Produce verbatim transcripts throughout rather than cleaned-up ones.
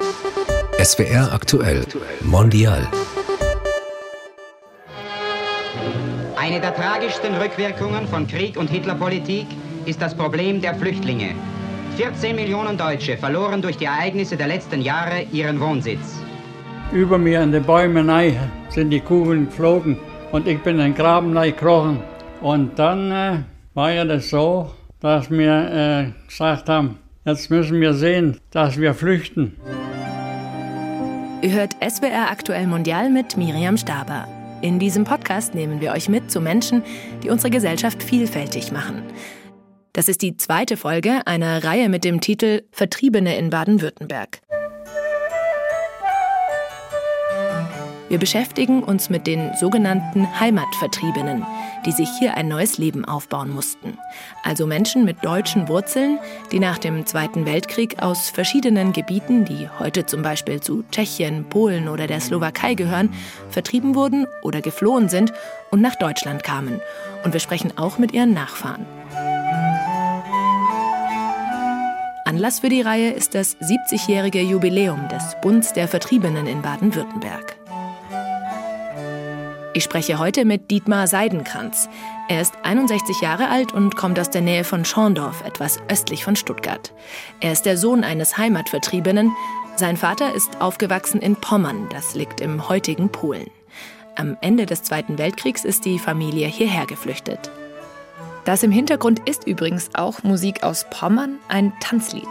S W R aktuell Mondial. Eine der tragischsten Rückwirkungen von Krieg und Hitlerpolitik ist das Problem der Flüchtlinge. vierzehn Millionen Deutsche verloren durch die Ereignisse der letzten Jahre ihren Wohnsitz. Über mir in den Bäumen rein sind die Kugeln geflogen und ich bin in den Graben gekrochen. Und dann äh, war ja das so, dass wir äh, gesagt haben, jetzt müssen wir sehen, dass wir flüchten. Ihr hört S W R aktuell Mondial mit Miriam Staber. In diesem Podcast nehmen wir euch mit zu Menschen, die unsere Gesellschaft vielfältig machen. Das ist die zweite Folge einer Reihe mit dem Titel Vertriebene in Baden-Württemberg. Wir beschäftigen uns mit den sogenannten Heimatvertriebenen, die sich hier ein neues Leben aufbauen mussten. Also Menschen mit deutschen Wurzeln, die nach dem Zweiten Weltkrieg aus verschiedenen Gebieten, die heute zum Beispiel zu Tschechien, Polen oder der Slowakei gehören, vertrieben wurden oder geflohen sind und nach Deutschland kamen. Und wir sprechen auch mit ihren Nachfahren. Anlass für die Reihe ist das siebzigjährige Jubiläum des Bunds der Vertriebenen in Baden-Württemberg. Ich spreche heute mit Dietmar Seidenkranz. Er ist einundsechzig Jahre alt und kommt aus der Nähe von Schorndorf, etwas östlich von Stuttgart. Er ist der Sohn eines Heimatvertriebenen. Sein Vater ist aufgewachsen in Pommern, das liegt im heutigen Polen. Am Ende des Zweiten Weltkriegs ist die Familie hierher geflüchtet. Das im Hintergrund ist übrigens auch Musik aus Pommern, ein Tanzlied.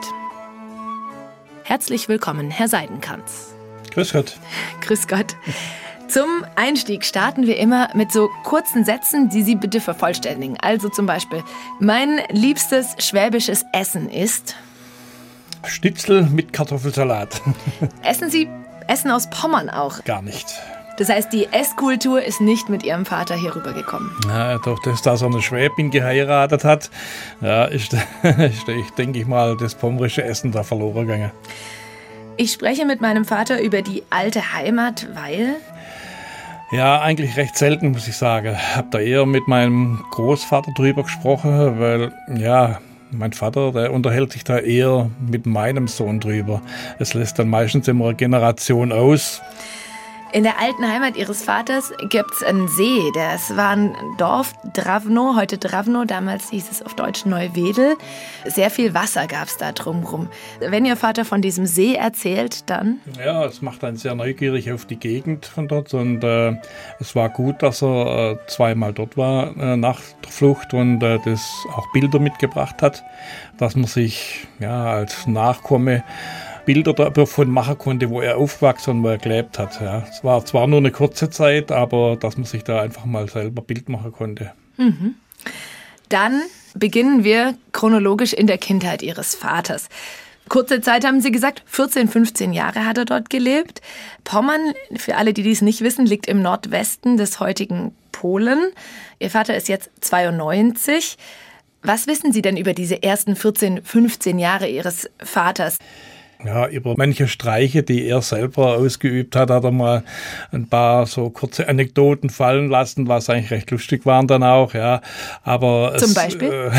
Herzlich willkommen, Herr Seidenkranz. Grüß Gott. Grüß Gott. Zum Einstieg starten wir immer mit so kurzen Sätzen, die Sie bitte vervollständigen. Also zum Beispiel, mein liebstes schwäbisches Essen ist... Schnitzel mit Kartoffelsalat. Essen Sie Essen aus Pommern auch? Gar nicht. Das heißt, die Esskultur ist nicht mit Ihrem Vater hier rübergekommen? Ja, doch, dass da so eine Schwäbin geheiratet hat, ja, ist, ist, ich denke ich mal, das pommerische Essen da verloren gegangen. Ich spreche mit meinem Vater über die alte Heimat, weil... Ja, eigentlich recht selten, muss ich sagen. Ich habe da eher mit meinem Großvater drüber gesprochen, weil, ja, mein Vater, der unterhält sich da eher mit meinem Sohn drüber. Es lässt dann meistens immer eine Generation aus. In der alten Heimat Ihres Vaters gibt es einen See. Das war ein Dorf, Dravno, heute Dravno, damals hieß es auf Deutsch Neuwedel. Sehr viel Wasser gab es da drumherum. Wenn Ihr Vater von diesem See erzählt, dann? Ja, es macht einen sehr neugierig auf die Gegend von dort. Und äh, es war gut, dass er äh, zweimal dort war äh, nach der Flucht und äh, das auch Bilder mitgebracht hat, dass man sich ja als Nachkomme Bilder davon machen konnte, wo er aufgewachsen und wo er gelebt hat. Ja. Es war zwar nur eine kurze Zeit, aber dass man sich da einfach mal selber Bild machen konnte. Mhm. Dann beginnen wir chronologisch in der Kindheit Ihres Vaters. Kurze Zeit haben Sie gesagt, vierzehn, fünfzehn Jahre hat er dort gelebt. Pommern, für alle, die dies nicht wissen, liegt im Nordwesten des heutigen Polen. Ihr Vater ist jetzt zweiundneunzig. Was wissen Sie denn über diese ersten vierzehn, fünfzehn Jahre Ihres Vaters? Ja, über manche Streiche, die er selber ausgeübt hat, hat er mal ein paar so kurze Anekdoten fallen lassen, was eigentlich recht lustig waren dann auch, ja. Aber Zum es, Beispiel?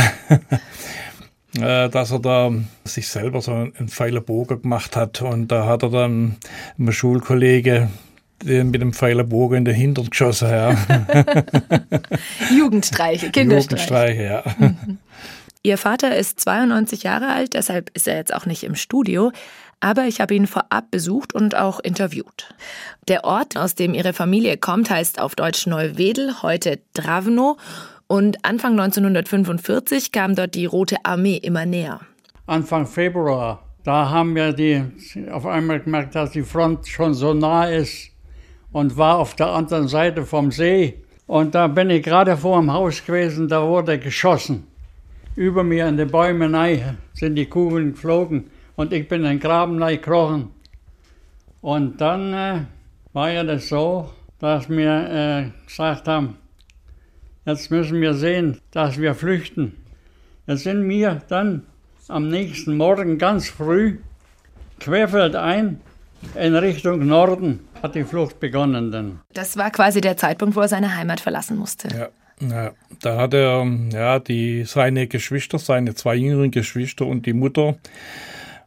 Äh, dass er da sich selber so einen Pfeiler Bogen gemacht hat und da hat er dann einem Schulkollege den mit dem Pfeiler Bogen in den Hintern geschossen, ja. Jugendstreiche, Kinderstreiche. Jugendstreiche, ja. Mhm. Ihr Vater ist zweiundneunzig Jahre alt, deshalb ist er jetzt auch nicht im Studio. Aber ich habe ihn vorab besucht und auch interviewt. Der Ort, aus dem ihre Familie kommt, heißt auf Deutsch Neuwedel, heute Dravno. Und Anfang neunzehnhundertfünfundvierzig kam dort die Rote Armee immer näher. Anfang Februar, da haben wir die auf einmal gemerkt, dass die Front schon so nah ist und war auf der anderen Seite vom See. Und da bin ich gerade vor dem Haus gewesen, da wurde geschossen. Über mir in den Bäumen rein sind die Kugeln geflogen und ich bin in den Graben gekrochen. Und dann äh, war ja das so, dass wir äh, gesagt haben, jetzt müssen wir sehen, dass wir flüchten. Jetzt sind wir dann am nächsten Morgen ganz früh querfeldein in Richtung Norden, hat die Flucht begonnen dann. Das war quasi der Zeitpunkt, wo er seine Heimat verlassen musste. Ja. Ja, da hat er ja, die, seine Geschwister, seine zwei jüngeren Geschwister und die Mutter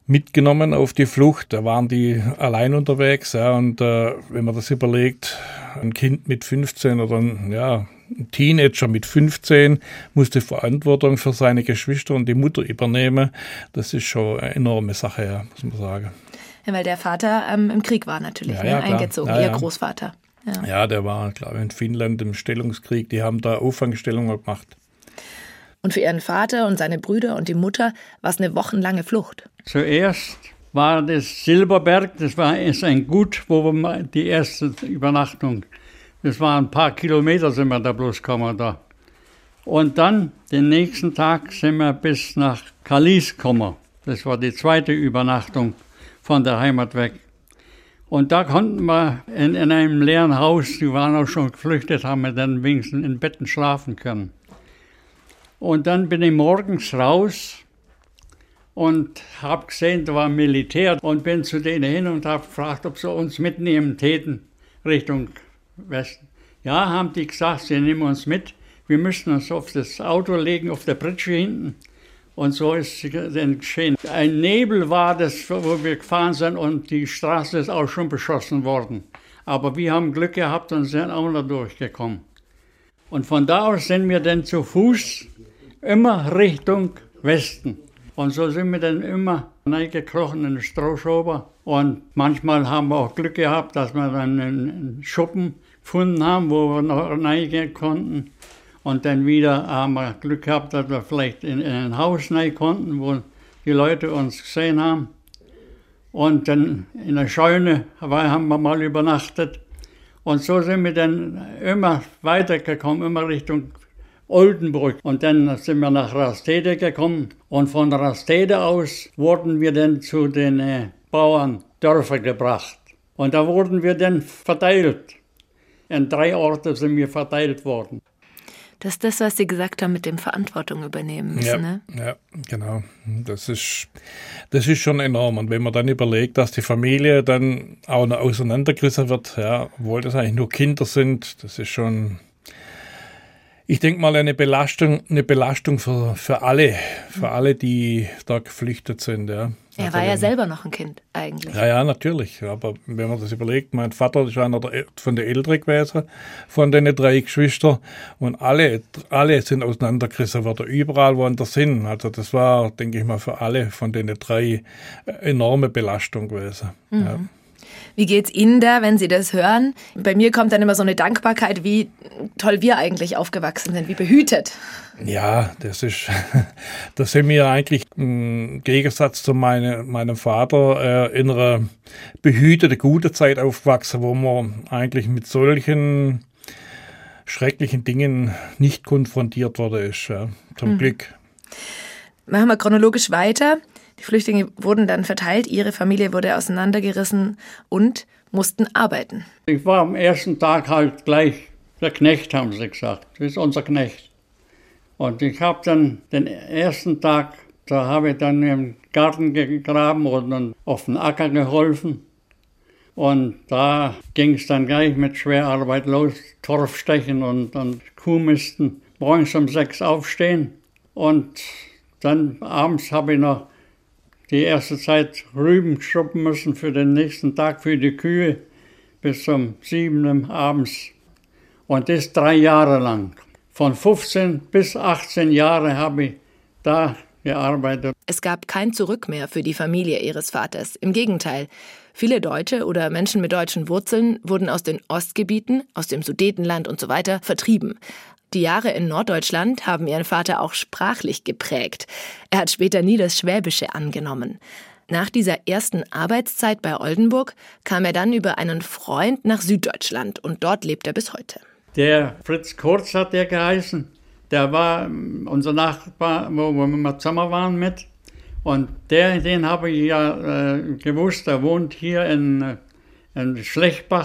mitgenommen auf die Flucht. Da waren die allein unterwegs. Ja, und äh, wenn man das überlegt, ein Kind mit fünfzehn oder ein, ja, ein Teenager mit fünfzehn musste Verantwortung für seine Geschwister und die Mutter übernehmen. Das ist schon eine enorme Sache, ja, muss man sagen. Ja, weil der Vater ähm, im Krieg war natürlich, ja, ne? ja, eingezogen, ja, ihr ja. Großvater. Ja. ja, der war, glaube ich, in Finnland im Stellungskrieg. Die haben da Auffangstellungen gemacht. Und für ihren Vater und seine Brüder und die Mutter war es eine wochenlange Flucht. Zuerst war das Silberberg, das war ist ein Gut, wo wir die erste Übernachtung, das waren ein paar Kilometer sind wir da bloß gekommen da. Und dann, den nächsten Tag, sind wir bis nach Kalis gekommen. Das war die zweite Übernachtung von der Heimat weg. Und da konnten wir in, in einem leeren Haus, die waren auch schon geflüchtet, haben wir dann wenigstens in Betten schlafen können. Und dann bin ich morgens raus und habe gesehen, da war ein Militär und bin zu denen hin und habe gefragt, ob sie uns mitnehmen täten Richtung Westen. Ja, haben die gesagt, sie nehmen uns mit. Wir müssen uns auf das Auto legen, auf der Pritsche hinten. Und so ist es dann geschehen. Ein Nebel war das, wo wir gefahren sind und die Straße ist auch schon beschossen worden. Aber wir haben Glück gehabt und sind auch noch durchgekommen. Und von da aus sind wir dann zu Fuß immer Richtung Westen. Und so sind wir dann immer reingekrochen in den Strohschober. Und manchmal haben wir auch Glück gehabt, dass wir dann einen Schuppen gefunden haben, wo wir noch reingehen konnten. Und dann wieder haben wir Glück gehabt, dass wir vielleicht in, in ein Haus rein konnten, wo die Leute uns gesehen haben. Und dann in der Scheune haben wir mal übernachtet. Und so sind wir dann immer weitergekommen, immer Richtung Oldenburg. Und dann sind wir nach Rastede gekommen. Und von Rastede aus wurden wir dann zu den äh, Bauerndörfern gebracht. Und da wurden wir dann verteilt. In drei Orte sind wir verteilt worden. Das ist das, was Sie gesagt haben mit dem Verantwortung übernehmen müssen, ja, ne? Ja, genau. Das ist, das ist schon enorm. Und wenn man dann überlegt, dass die Familie dann auch noch auseinandergerissen wird, ja, obwohl das eigentlich nur Kinder sind, das ist schon, ich denke mal, eine Belastung, eine Belastung für, für alle, für alle, die da geflüchtet sind, ja. Er also war ja wenn, selber noch ein Kind, eigentlich. Ja, ja, natürlich. Aber wenn man das überlegt, mein Vater ist einer der, von den Älteren gewesen, von den drei Geschwistern. Und alle, alle sind auseinandergerissen worden, überall woanders hin. Also das war, denke ich mal, für alle von den drei enorme Belastung gewesen. Mhm. Ja. Wie geht's Ihnen da, wenn Sie das hören? Bei mir kommt dann immer so eine Dankbarkeit, wie toll wir eigentlich aufgewachsen sind, wie behütet. Ja, das ist, das sind wir eigentlich im Gegensatz zu meine, meinem Vater äh, in einer behüteten, guten Zeit aufgewachsen, wo man eigentlich mit solchen schrecklichen Dingen nicht konfrontiert worden ist, ja, zum mhm. Glück. Machen wir chronologisch weiter. Die Flüchtlinge wurden dann verteilt, ihre Familie wurde auseinandergerissen und mussten arbeiten. Ich war am ersten Tag halt gleich der Knecht, haben sie gesagt. Das ist unser Knecht. Und ich habe dann den ersten Tag, da habe ich dann im Garten gegraben und dann auf den Acker geholfen. Und da ging es dann gleich mit Schwerarbeit los, Torfstechen und, und Kuhmisten. Morgens um sechs aufstehen und dann abends habe ich noch die erste Zeit Rüben schruppen müssen für den nächsten Tag für die Kühe bis um sieben abends. Und das drei Jahre lang. Von fünfzehn bis achtzehn Jahre habe ich da gearbeitet. Es gab kein Zurück mehr für die Familie ihres Vaters. Im Gegenteil. Viele Deutsche oder Menschen mit deutschen Wurzeln wurden aus den Ostgebieten, aus dem Sudetenland und so weiter vertrieben. Die Jahre in Norddeutschland haben ihren Vater auch sprachlich geprägt. Er hat später nie das Schwäbische angenommen. Nach dieser ersten Arbeitszeit bei Oldenburg kam er dann über einen Freund nach Süddeutschland und dort lebt er bis heute. Der Fritz Kurz hat der geheißen. Der war unser Nachbar, wo wir mal zusammen waren mit. Und der, den habe ich ja äh, gewusst, der wohnt hier in, in Schlechtbach.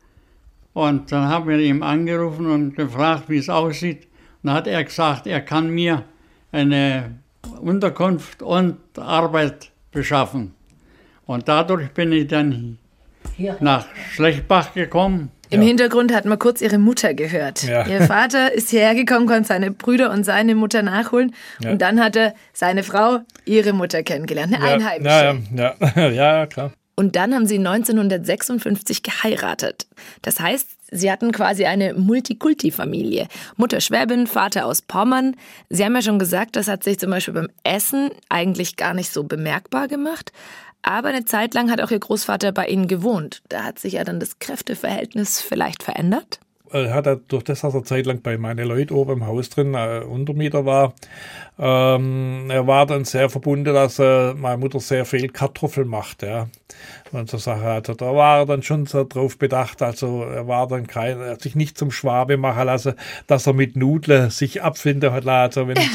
Und dann haben wir ihn angerufen und gefragt, wie es aussieht. Und dann hat er gesagt, er kann mir eine Unterkunft und Arbeit beschaffen. Und dadurch bin ich dann nach Schlechtbach gekommen. Im ja. Hintergrund hat man kurz ihre Mutter gehört. Ja. Ihr Vater ist hierher gekommen, konnte seine Brüder und seine Mutter nachholen. Ja. Und dann hat er seine Frau, ihre Mutter kennengelernt, eine ja. Einheimische. Ja, ja, ja. ja, klar. Und dann haben sie neunzehnhundertsechsundfünfzig geheiratet. Das heißt, sie hatten quasi eine Multikulti-Familie. Mutter Schwäbin, Vater aus Pommern. Sie haben ja schon gesagt, das hat sich zum Beispiel beim Essen eigentlich gar nicht so bemerkbar gemacht. Aber eine Zeit lang hat auch ihr Großvater bei ihnen gewohnt. Da hat sich ja dann das Kräfteverhältnis vielleicht verändert? Er hat er durch das, dass er zeitlang bei meinen Leuten oben im Haus drin äh, Untermieter war, ähm, er war dann sehr verbunden, dass äh, meine Mutter sehr viel Kartoffel macht, ja. Und so Sache, also da war er dann schon so drauf bedacht, also er war dann kein, er hat sich nicht zum Schwabe machen lassen, dass er mit Nudeln sich abfinden hat lassen. Wenn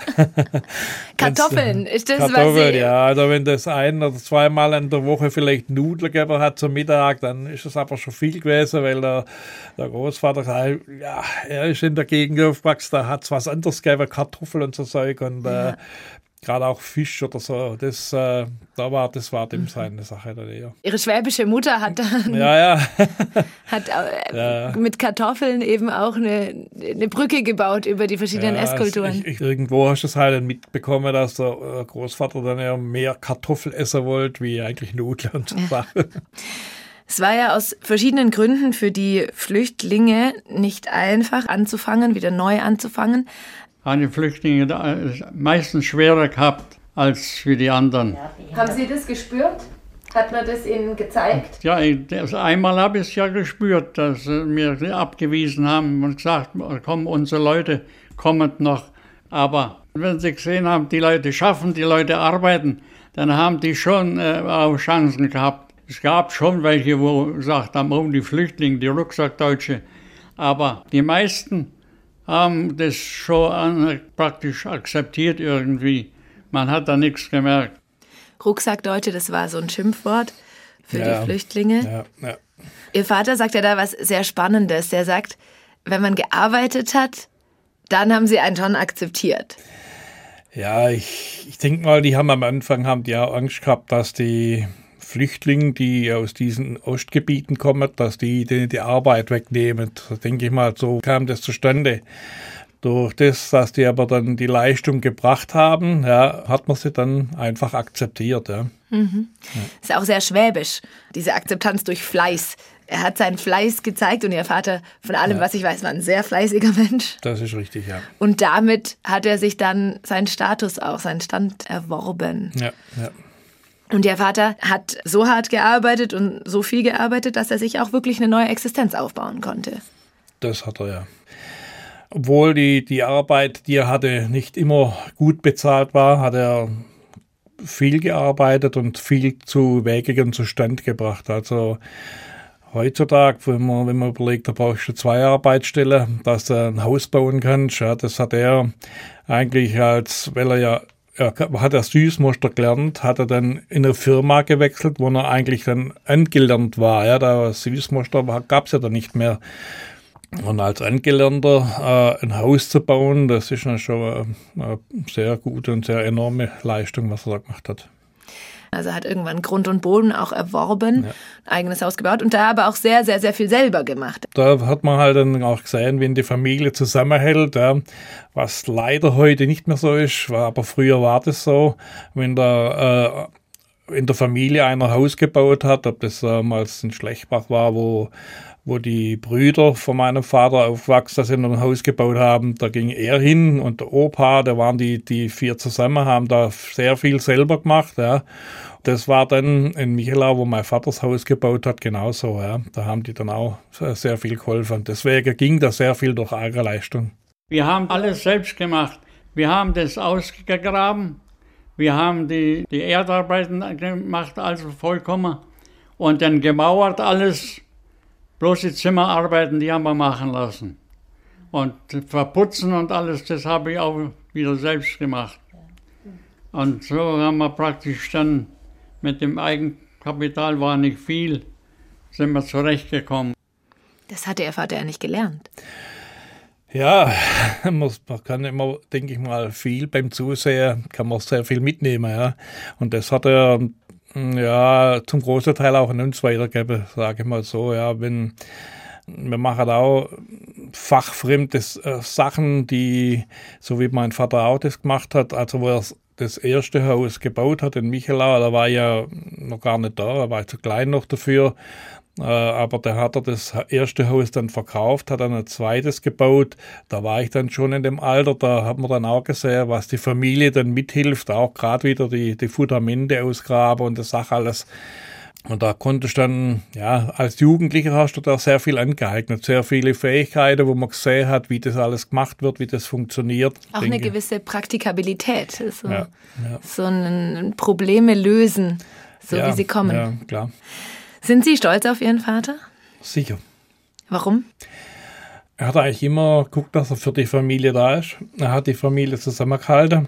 Kartoffeln, ist das Kartoffeln, was Sie... ja, also wenn das ein oder zweimal in der Woche vielleicht Nudeln gegeben hat zum Mittag, dann ist es aber schon viel gewesen, weil der, der Großvater, ja, er ist in der Gegend aufgewachsen, da hat es was anderes gegeben, Kartoffeln und so Zeug und ja. äh, gerade auch Fisch oder so, das, äh, da war, das war dem seine Sache dann eher. Ihre schwäbische Mutter hat dann ja, ja. hat äh, ja. mit Kartoffeln eben auch eine, eine Brücke gebaut über die verschiedenen ja, Esskulturen. Ich, ich, irgendwo hast du es halt mitbekommen, dass der Großvater dann eher mehr Kartoffel essen wollte, wie eigentlich Nudeln und so Sachen. Es war ja aus verschiedenen Gründen für die Flüchtlinge nicht einfach anzufangen, wieder neu anzufangen. Haben die Flüchtlinge meistens schwerer gehabt als für die anderen. Haben Sie das gespürt? Hat man das Ihnen gezeigt? Ja, das einmal habe ich es ja gespürt, dass sie mir abgewiesen haben und gesagt, komm, unsere Leute kommen noch. Aber wenn sie gesehen haben, die Leute schaffen, die Leute arbeiten, dann haben die schon äh, auch Chancen gehabt. Es gab schon welche, wo gesagt haben, oh, die Flüchtlinge, die Rucksackdeutsche. Aber die meisten haben das schon praktisch akzeptiert irgendwie. Man hat da nichts gemerkt. Rucksackdeutsche, das war so ein Schimpfwort für ja, die Flüchtlinge. Ja, ja. Ihr Vater sagt ja da was sehr Spannendes. Er sagt, wenn man gearbeitet hat, dann haben sie einen schon akzeptiert. Ja, ich, ich denke mal, die haben am Anfang haben die auch Angst gehabt, dass die Flüchtlinge, die aus diesen Ostgebieten kommen, dass die denen die Arbeit wegnehmen. Da denke ich mal, so kam das zustande. Durch das, dass die aber dann die Leistung gebracht haben, ja, hat man sie dann einfach akzeptiert. Ja. Mhm. Ja. Ist auch sehr schwäbisch, diese Akzeptanz durch Fleiß. Er hat seinen Fleiß gezeigt und ihr Vater, von allem, ja. was ich weiß, war ein sehr fleißiger Mensch. Das ist richtig, ja. Und damit hat er sich dann seinen Status auch, seinen Stand erworben. Ja, ja. Und ihr Vater hat so hart gearbeitet und so viel gearbeitet, dass er sich auch wirklich eine neue Existenz aufbauen konnte. Das hat er, ja. Obwohl die, die Arbeit, die er hatte, nicht immer gut bezahlt war, hat er viel gearbeitet und viel zu Wege und Zustand gebracht. Also heutzutage, wenn man, wenn man überlegt, da brauchst du zwei Arbeitsstellen, dass du ein Haus bauen kannst. Ja, das hat er eigentlich als, weil er ja Er hat er Süßmuster gelernt, hat er dann in eine Firma gewechselt, wo er eigentlich dann angelernt war. Ja, da Süßmuster gab es ja dann nicht mehr. Und als Angelernter äh, ein Haus zu bauen, das ist dann schon eine, eine sehr gute und sehr enorme Leistung, was er da gemacht hat. Also er hat irgendwann Grund und Boden auch erworben, ja. ein eigenes Haus gebaut und da aber auch sehr, sehr, sehr viel selber gemacht. Da hat man halt dann auch gesehen, wenn die Familie zusammenhält, ja, was leider heute nicht mehr so ist, aber früher war das so, wenn da äh, in der Familie einer Haus gebaut hat, ob das damals in Schlechtbach war, wo wo die Brüder von meinem Vater aufgewachsen sind und ein Haus gebaut haben, da ging er hin und der Opa, da waren die, die vier zusammen, haben da sehr viel selber gemacht, ja. Das war dann in Michelau, wo mein Vater das Haus gebaut hat, genauso, ja. Da haben die dann auch sehr viel geholfen. Deswegen ging da sehr viel durch Eigenleistung. Wir haben alles selbst gemacht. Wir haben das ausgegraben, wir haben die, die Erdarbeiten gemacht, also vollkommen, und dann gemauert alles. Bloß die Zimmerarbeiten, die haben wir machen lassen. Und verputzen und alles, das habe ich auch wieder selbst gemacht. Und so haben wir praktisch dann mit dem Eigenkapital, war nicht viel, sind wir zurechtgekommen. Das hatte Ihr Vater ja nicht gelernt. Ja, man kann immer, denke ich mal, viel beim Zusehen, kann man sehr viel mitnehmen. Ja. Und das hat er ja zum großen Teil auch an uns weitergegeben, sage ich mal so. Ja, wenn Wir machen auch fachfremde äh, Sachen, die, so wie mein Vater auch das gemacht hat, also wo er das erste Haus gebaut hat in Michelau, da war ich ja noch gar nicht da, da war ich zu klein noch dafür. Äh, aber da hat er das erste Haus dann verkauft, hat dann ein zweites gebaut. Da war ich dann schon in dem Alter, da hat man dann auch gesehen, was die Familie dann mithilft, auch gerade wieder die, die Fundamente ausgraben und das Sache alles. Und da konnte ich dann, ja, als Jugendlicher hast du da sehr viel angeeignet, sehr viele Fähigkeiten, wo man gesehen hat, wie das alles gemacht wird, wie das funktioniert. Auch denke, eine gewisse Praktikabilität, so, ja, ja. so ein Probleme lösen, so ja, wie sie kommen. Ja, klar. Sind Sie stolz auf Ihren Vater? Sicher. Warum? Er hat eigentlich immer geguckt, dass er für die Familie da ist. Er hat die Familie zusammengehalten.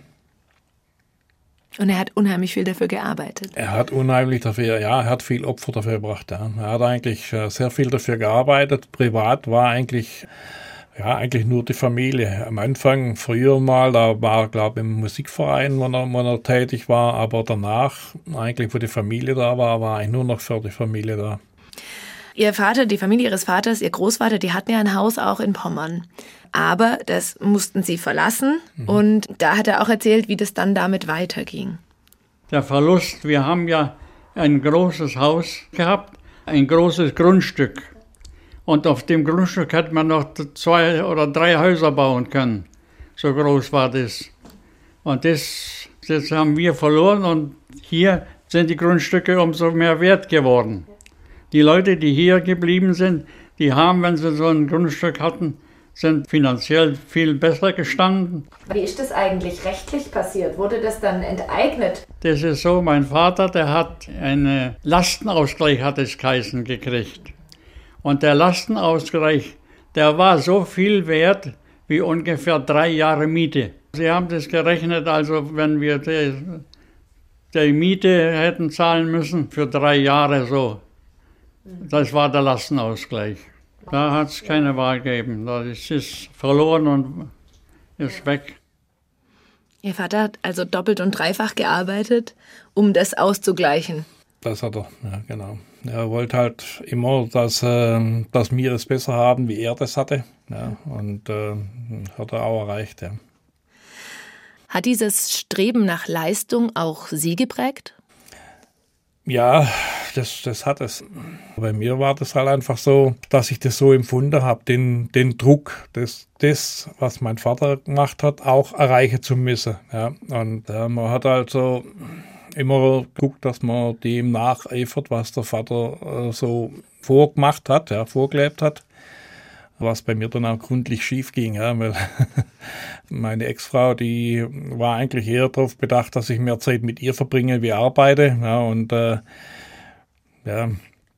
Und er hat unheimlich viel dafür gearbeitet. Er hat unheimlich dafür, ja, er hat viel Opfer dafür gebracht. Ja. Er hat eigentlich sehr viel dafür gearbeitet. Privat war eigentlich, ja, eigentlich nur die Familie. Am Anfang, früher mal, da war er, glaube ich, im Musikverein, wo er, wo er tätig war. Aber danach, eigentlich, wo die Familie da war, war eigentlich nur noch für die Familie da. Ihr Vater, die Familie Ihres Vaters, Ihr Großvater, die hatten ja ein Haus auch in Pommern. Aber das mussten sie verlassen. Mhm. Und da hat er auch erzählt, wie das dann damit weiterging. Der Verlust, wir haben ja ein großes Haus gehabt, ein großes Grundstück. Und auf dem Grundstück hätte man noch zwei oder drei Häuser bauen können. So groß war das. Und das, das haben wir verloren und hier sind die Grundstücke umso mehr wert geworden. Die Leute, die hier geblieben sind, die haben, wenn sie so ein Grundstück hatten, sind finanziell viel besser gestanden. Wie ist das eigentlich rechtlich passiert? Wurde das dann enteignet? Das ist so, mein Vater, der hat einen Lastenausgleich, hat es geheißen, gekriegt. Und der Lastenausgleich, der war so viel wert wie ungefähr drei Jahre Miete. Sie haben das gerechnet, also wenn wir die, die Miete hätten zahlen müssen für drei Jahre so. Das war der Lastenausgleich. Da hat es keine Wahl gegeben. Das ist verloren und ist weg. Ihr Vater hat also doppelt und dreifach gearbeitet, um das auszugleichen. Das hat er, ja, genau. Er wollte halt immer, dass, äh, dass wir es besser haben, wie er das hatte. Ja, und äh, hat er auch erreicht, ja. Hat dieses Streben nach Leistung auch Sie geprägt? Ja, das, das hat es. Bei mir war das halt einfach so, dass ich das so empfunden habe, den, den Druck, das, das, was mein Vater gemacht hat, auch erreichen zu müssen. Ja. Und äh, man hat also immer geguckt, dass man dem nacheifert, was der Vater äh, so vorgemacht hat, ja, vorgelebt hat. Was bei mir dann auch gründlich schief ging, ja, weil meine Ex-Frau, die war eigentlich eher darauf bedacht, dass ich mehr Zeit mit ihr verbringe, wie arbeite, ja, und äh, ja.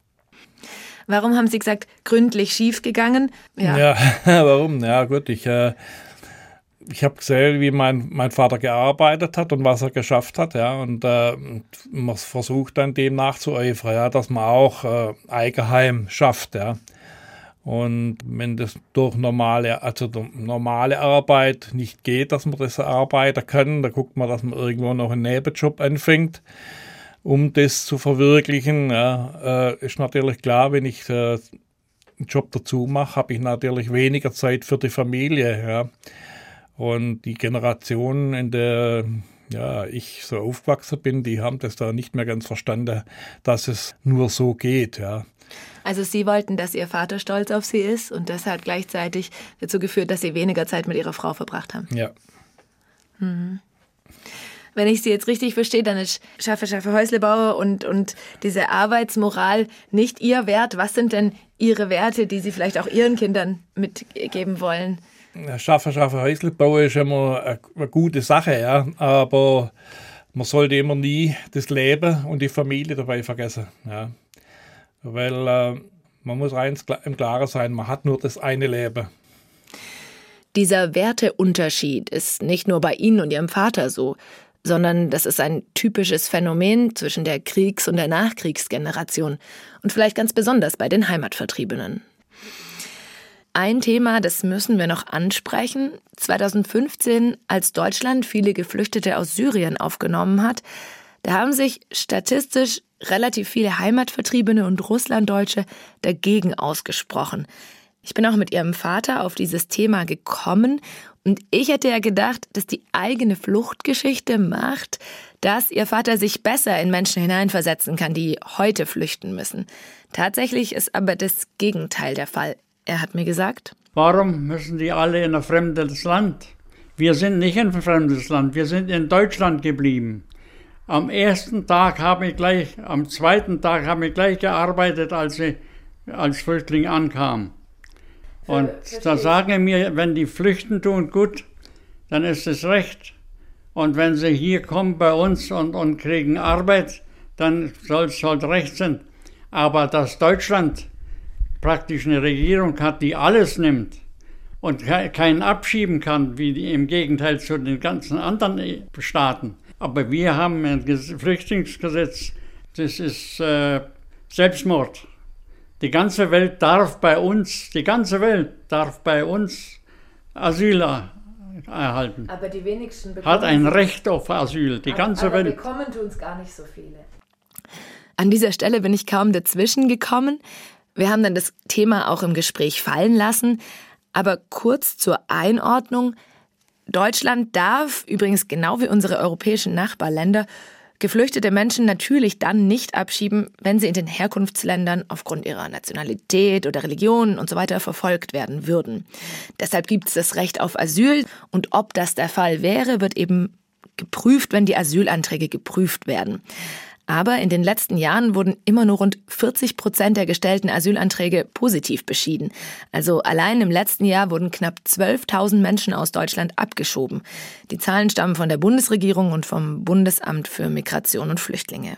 Warum haben Sie gesagt, gründlich schief gegangen? Ja, ja warum? Ja gut, ich, äh, ich habe gesehen, wie mein, mein Vater gearbeitet hat und was er geschafft hat, ja, und äh, man versucht dann dem nachzueifern, ja, dass man auch äh, Eigenheim schafft, ja. Und wenn das durch normale, also normale Arbeit nicht geht, dass man das arbeiten kann, da guckt man, dass man irgendwo noch einen Nebenjob anfängt, um das zu verwirklichen. Ja, äh, ist natürlich klar, wenn ich äh, einen Job dazu mache, habe ich natürlich weniger Zeit für die Familie. Ja. Und die Generation, in der ja, ich so aufgewachsen bin, die haben das da nicht mehr ganz verstanden, dass es nur so geht, ja. Also Sie wollten, dass Ihr Vater stolz auf Sie ist und das hat gleichzeitig dazu geführt, dass Sie weniger Zeit mit Ihrer Frau verbracht haben. Ja. Mhm. Wenn ich Sie jetzt richtig verstehe, dann ist Schaffe, Schaffe, Häuslebauer und, und diese Arbeitsmoral nicht Ihr Wert. Was sind denn Ihre Werte, die Sie vielleicht auch Ihren Kindern mitgeben wollen? Schaffe, Schaffe, Häuslebauer ist immer eine, eine gute Sache, ja, aber man sollte immer nie das Leben und die Familie dabei vergessen, ja. Weil äh, man muss eins im Klaren sein, man hat nur das eine Leben. Dieser Werteunterschied ist nicht nur bei Ihnen und Ihrem Vater so, sondern das ist ein typisches Phänomen zwischen der Kriegs- und der Nachkriegsgeneration und vielleicht ganz besonders bei den Heimatvertriebenen. Ein Thema, das müssen wir noch ansprechen. zweitausendfünfzehn, als Deutschland viele Geflüchtete aus Syrien aufgenommen hat, da haben sich statistisch relativ viele Heimatvertriebene und Russlanddeutsche dagegen ausgesprochen. Ich bin auch mit ihrem Vater auf dieses Thema gekommen und ich hätte ja gedacht, dass die eigene Fluchtgeschichte macht, dass ihr Vater sich besser in Menschen hineinversetzen kann, die heute flüchten müssen. Tatsächlich ist aber das Gegenteil der Fall. Er hat mir gesagt: Warum müssen die alle in ein fremdes Land? Wir sind nicht in ein fremdes Land, wir sind in Deutschland geblieben. Am ersten Tag habe ich gleich, am zweiten Tag habe ich gleich gearbeitet, als ich als Flüchtling ankam. Und da sagen mir, wenn die flüchten tun, gut, dann ist es recht. Und wenn sie hier kommen bei uns und, und kriegen Arbeit, dann soll es halt recht sein. Aber dass Deutschland praktisch eine Regierung hat, die alles nimmt und keinen abschieben kann, wie die, im Gegenteil zu den ganzen anderen Staaten. Aber wir haben ein Flüchtlingsgesetz, das ist äh, Selbstmord. Die ganze Welt darf bei uns, die ganze Welt darf bei uns Asyl erhalten. Aber die wenigsten bekommen hat ein Recht auf Asyl, die aber, ganze aber Welt. bekommen tun es gar nicht so viele. An dieser Stelle bin ich kaum dazwischen gekommen. Wir haben dann das Thema auch im Gespräch fallen lassen. Aber kurz zur Einordnung: Deutschland darf, übrigens genau wie unsere europäischen Nachbarländer, geflüchtete Menschen natürlich dann nicht abschieben, wenn sie in den Herkunftsländern aufgrund ihrer Nationalität oder Religion und so weiter verfolgt werden würden. Deshalb gibt es das Recht auf Asyl und ob das der Fall wäre, wird eben geprüft, wenn die Asylanträge geprüft werden. Aber in den letzten Jahren wurden immer nur rund vierzig Prozent der gestellten Asylanträge positiv beschieden. Also allein im letzten Jahr wurden knapp zwölftausend Menschen aus Deutschland abgeschoben. Die Zahlen stammen von der Bundesregierung und vom Bundesamt für Migration und Flüchtlinge.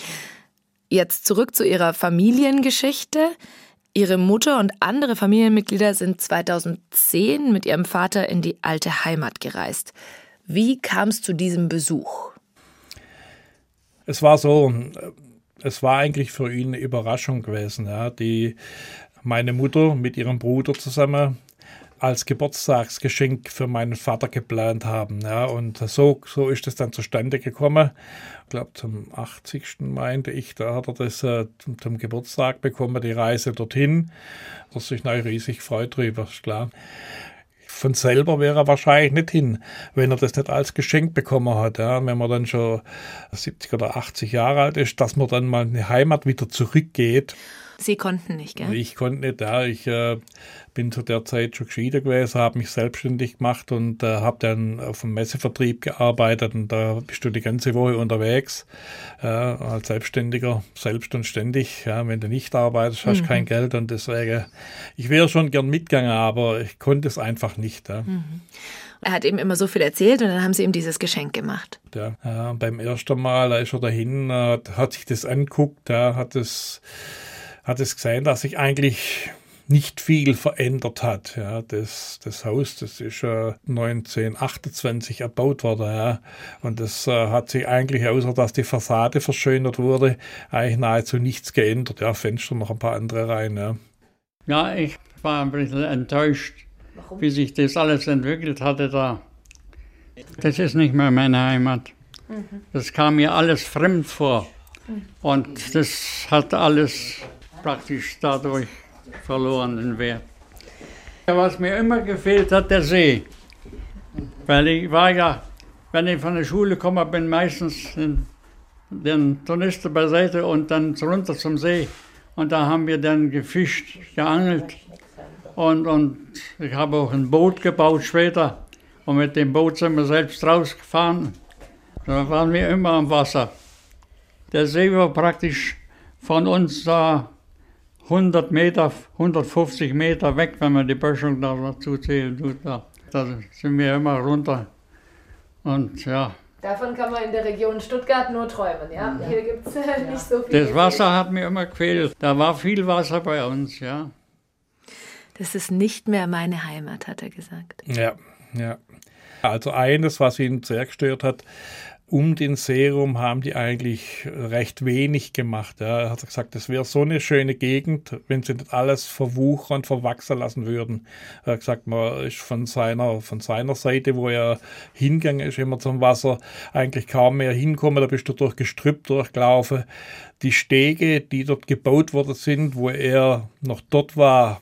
Jetzt zurück zu ihrer Familiengeschichte. Ihre Mutter und andere Familienmitglieder sind zweitausendzehn mit ihrem Vater in die alte Heimat gereist. Wie kam es zu diesem Besuch? Es war so, es war eigentlich für ihn eine Überraschung gewesen, ja, die meine Mutter mit ihrem Bruder zusammen als Geburtstagsgeschenk für meinen Vater geplant haben. Ja, und so, so ist es dann zustande gekommen. Ich glaube, zum achtzigsten meinte ich, da hat er das äh, zum, zum Geburtstag bekommen, die Reise dorthin. Da hat sich natürlich riesig gefreut drüber, ist klar. Von selber wäre er wahrscheinlich nicht hin, wenn er das nicht als Geschenk bekommen hat. Ja. Wenn man dann schon siebzig oder achtzig Jahre alt ist, dass man dann mal in die Heimat wieder zurückgeht. Sie konnten nicht, gell? Ich konnte nicht, ja. Ich äh, bin zu der Zeit schon geschieden gewesen, habe mich selbstständig gemacht und äh, habe dann auf dem Messevertrieb gearbeitet und da bist du die ganze Woche unterwegs äh, als Selbstständiger, selbst und ständig. Ja. Wenn du nicht arbeitest, hast du mhm. kein Geld und deswegen, ich wäre schon gern mitgegangen, aber ich konnte es einfach nicht. Ja. Mhm. Er hat eben immer so viel erzählt und dann haben sie ihm dieses Geschenk gemacht. Ja, äh, beim ersten Mal, da ist er dahin, äh, hat sich das angeguckt, ja, hat es hat es gesehen, dass sich eigentlich nicht viel verändert hat. Ja, das, das Haus, das ist äh, neunzehnhundertachtundzwanzig erbaut worden. Ja, und das äh, hat sich eigentlich, außer dass die Fassade verschönert wurde, eigentlich nahezu nichts geändert. Ja, Fenster noch ein paar andere rein. Ja, ja, ich war ein bisschen enttäuscht, Warum? wie sich das alles entwickelt hatte da. Das ist nicht mehr meine Heimat. Mhm. Das kam mir alles fremd vor. Mhm. Und das hat alles praktisch dadurch verloren den Wert. Was mir immer gefehlt hat, der See. Weil ich war ja, wenn ich von der Schule komme, bin meistens in den Touristen beiseite und dann runter zum See. Und da haben wir dann gefischt, geangelt. Und, und ich habe auch ein Boot gebaut später. Und mit dem Boot sind wir selbst rausgefahren. Da waren wir immer am Wasser. Der See war praktisch von uns da hundert Meter, hundertfünfzig Meter weg, wenn man die Böschung da dazu zählen tut. Da, da sind wir immer runter. Und ja. Davon kann man in der Region Stuttgart nur träumen, ja? Hier gibt es ja. nicht so viel. Das Wasser hat mir immer gefehlt. Da war viel Wasser bei uns, ja. Das ist nicht mehr meine Heimat, hat er gesagt. Ja, ja. Also eines, was ihn sehr gestört hat, um den See rum haben die eigentlich recht wenig gemacht. Ja. Er hat gesagt, das wäre so eine schöne Gegend, wenn sie nicht alles verwuchern und verwachsen lassen würden. Er hat gesagt, man ist von seiner, von seiner Seite, wo er hingegangen ist, immer zum Wasser, eigentlich kaum mehr hinkommen. Da bist du durch Gestrüpp durchgelaufen. Die Stege, die dort gebaut worden sind, wo er noch dort war,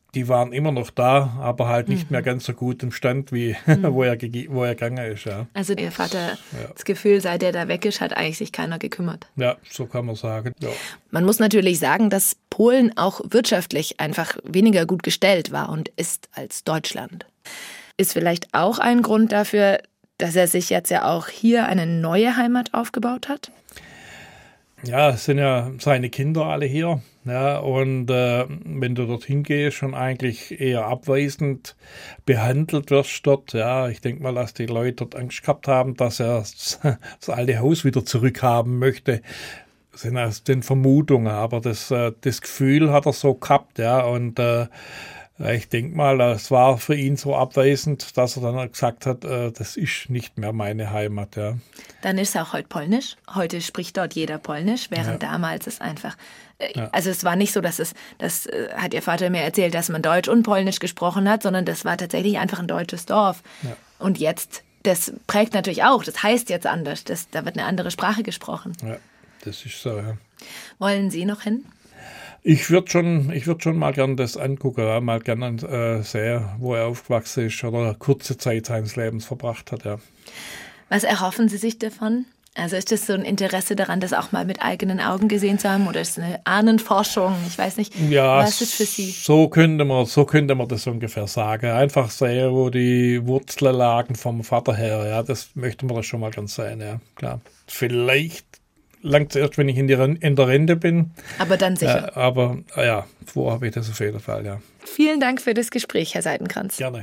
die waren immer noch da, aber halt nicht mhm. mehr ganz so gut im Stand, wie mhm. wo, er wo er gegangen ist. Ja. Also Ihr Vater, ja. das Gefühl, seit er da weg ist, hat eigentlich sich keiner gekümmert. Ja, so kann man sagen. Ja. Man muss natürlich sagen, dass Polen auch wirtschaftlich einfach weniger gut gestellt war und ist als Deutschland. Ist vielleicht auch ein Grund dafür, dass er sich jetzt ja auch hier eine neue Heimat aufgebaut hat? Ja, es sind ja seine Kinder alle hier. Ja, und äh, wenn du dorthin gehst und eigentlich eher abweisend behandelt wirst dort, ja, ich denke mal, dass die Leute dort Angst gehabt haben, dass er das, das alte Haus wieder zurückhaben möchte. Das sind also den Vermutungen, aber das, äh, das Gefühl hat er so gehabt, ja, und äh, ich denke mal, es war für ihn so abweisend, dass er dann gesagt hat, äh, das ist nicht mehr meine Heimat. Ja. Dann ist es auch heute Polnisch. Heute spricht dort jeder Polnisch, während ja. damals es einfach, äh, ja. also es war nicht so, dass es, das äh, hat Ihr Vater mir erzählt, dass man Deutsch und Polnisch gesprochen hat, sondern das war tatsächlich einfach ein deutsches Dorf. Ja. Und jetzt, das prägt natürlich auch, das heißt jetzt anders, das, da wird eine andere Sprache gesprochen. Ja, das ist so, ja. Wollen Sie noch hin? Ich würde schon, ich würd schon mal gerne das angucken, ja, mal gerne äh, sehen, wo er aufgewachsen ist oder kurze Zeit seines Lebens verbracht hat. Ja. Was erhoffen Sie sich davon? Also ist das so ein Interesse daran, das auch mal mit eigenen Augen gesehen zu haben, oder ist es eine Ahnenforschung? Ich weiß nicht, ja, was ist für Sie? So könnte man, so könnte man das ungefähr sagen. Einfach sehen, wo die Wurzeln lagen vom Vater her. Ja, das möchte man das schon mal ganz sehen, ja, klar. Vielleicht langt es erst, wenn ich in, die, in der Rente bin. Aber dann sicher. Äh, aber äh, ja, vor habe ich das auf jeden Fall, ja. Vielen Dank für das Gespräch, Herr Seidenkranz. Gerne.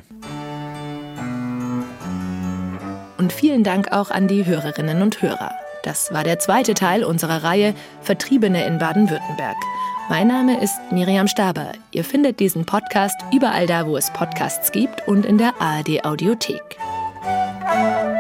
Und vielen Dank auch an die Hörerinnen und Hörer. Das war der zweite Teil unserer Reihe Vertriebene in Baden-Württemberg. Mein Name ist Miriam Staber. Ihr findet diesen Podcast überall da, wo es Podcasts gibt und in der A R D Audiothek.